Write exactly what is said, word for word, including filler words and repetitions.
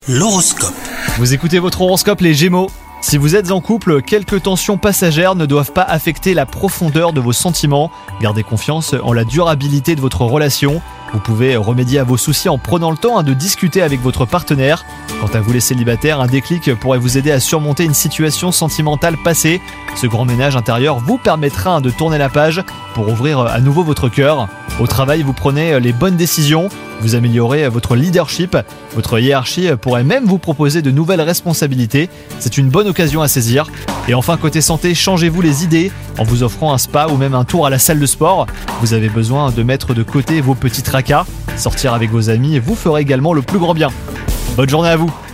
L'horoscope. Vous écoutez votre horoscope les Gémeaux. Si vous êtes en couple, quelques tensions passagères ne doivent pas affecter la profondeur de vos sentiments. Gardez confiance en la durabilité de votre relation. Vous pouvez remédier à vos soucis en prenant le temps de discuter avec votre partenaire. Quant à vous les célibataires, un déclic pourrait vous aider à surmonter une situation sentimentale passée. Ce grand ménage intérieur vous permettra de tourner la page pour ouvrir à nouveau votre cœur. Au travail, vous prenez les bonnes décisions, vous améliorez votre leadership, votre hiérarchie pourrait même vous proposer de nouvelles responsabilités. C'est une bonne occasion à saisir. Et enfin, côté santé, changez-vous les idées en vous offrant un spa ou même un tour à la salle de sport. Vous avez besoin de mettre de côté vos petits tracas. Sortir avec vos amis vous ferez également le plus grand bien. Bonne journée à vous!